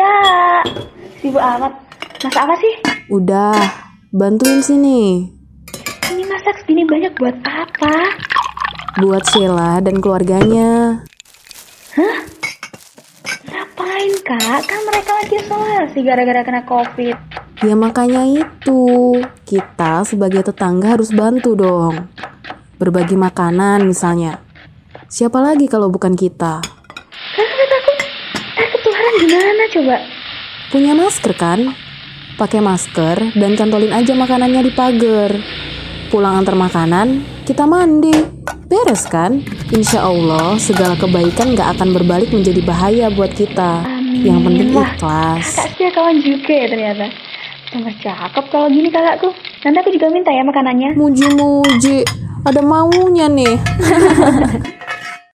Kak, sibuk amat. Masak apa sih? Udah, bantuin sini. Ini masak segini banyak buat apa? Buat Sheila dan keluarganya. Hah? Ngapain Kak? Kan mereka lagi isolasi gara-gara kena COVID. Ya makanya itu, kita sebagai tetangga harus bantu dong. Berbagi makanan misalnya. Siapa lagi kalau bukan kita? Kakak takut ketularan gimana coba? Punya masker kan? Pakai masker dan cantolin aja makanannya di pagar. Pulang antar makanan, kita mandi. Beres kan? Insya Allah segala kebaikan gak akan berbalik menjadi bahaya buat kita. Amin. Yang penting Wah, ikhlas. Kakak setia kawan juga ya ternyata. Tambah cakep kalau gini kakakku. Nanti aku juga minta ya makanannya. Muji-muji, ada maunya nih.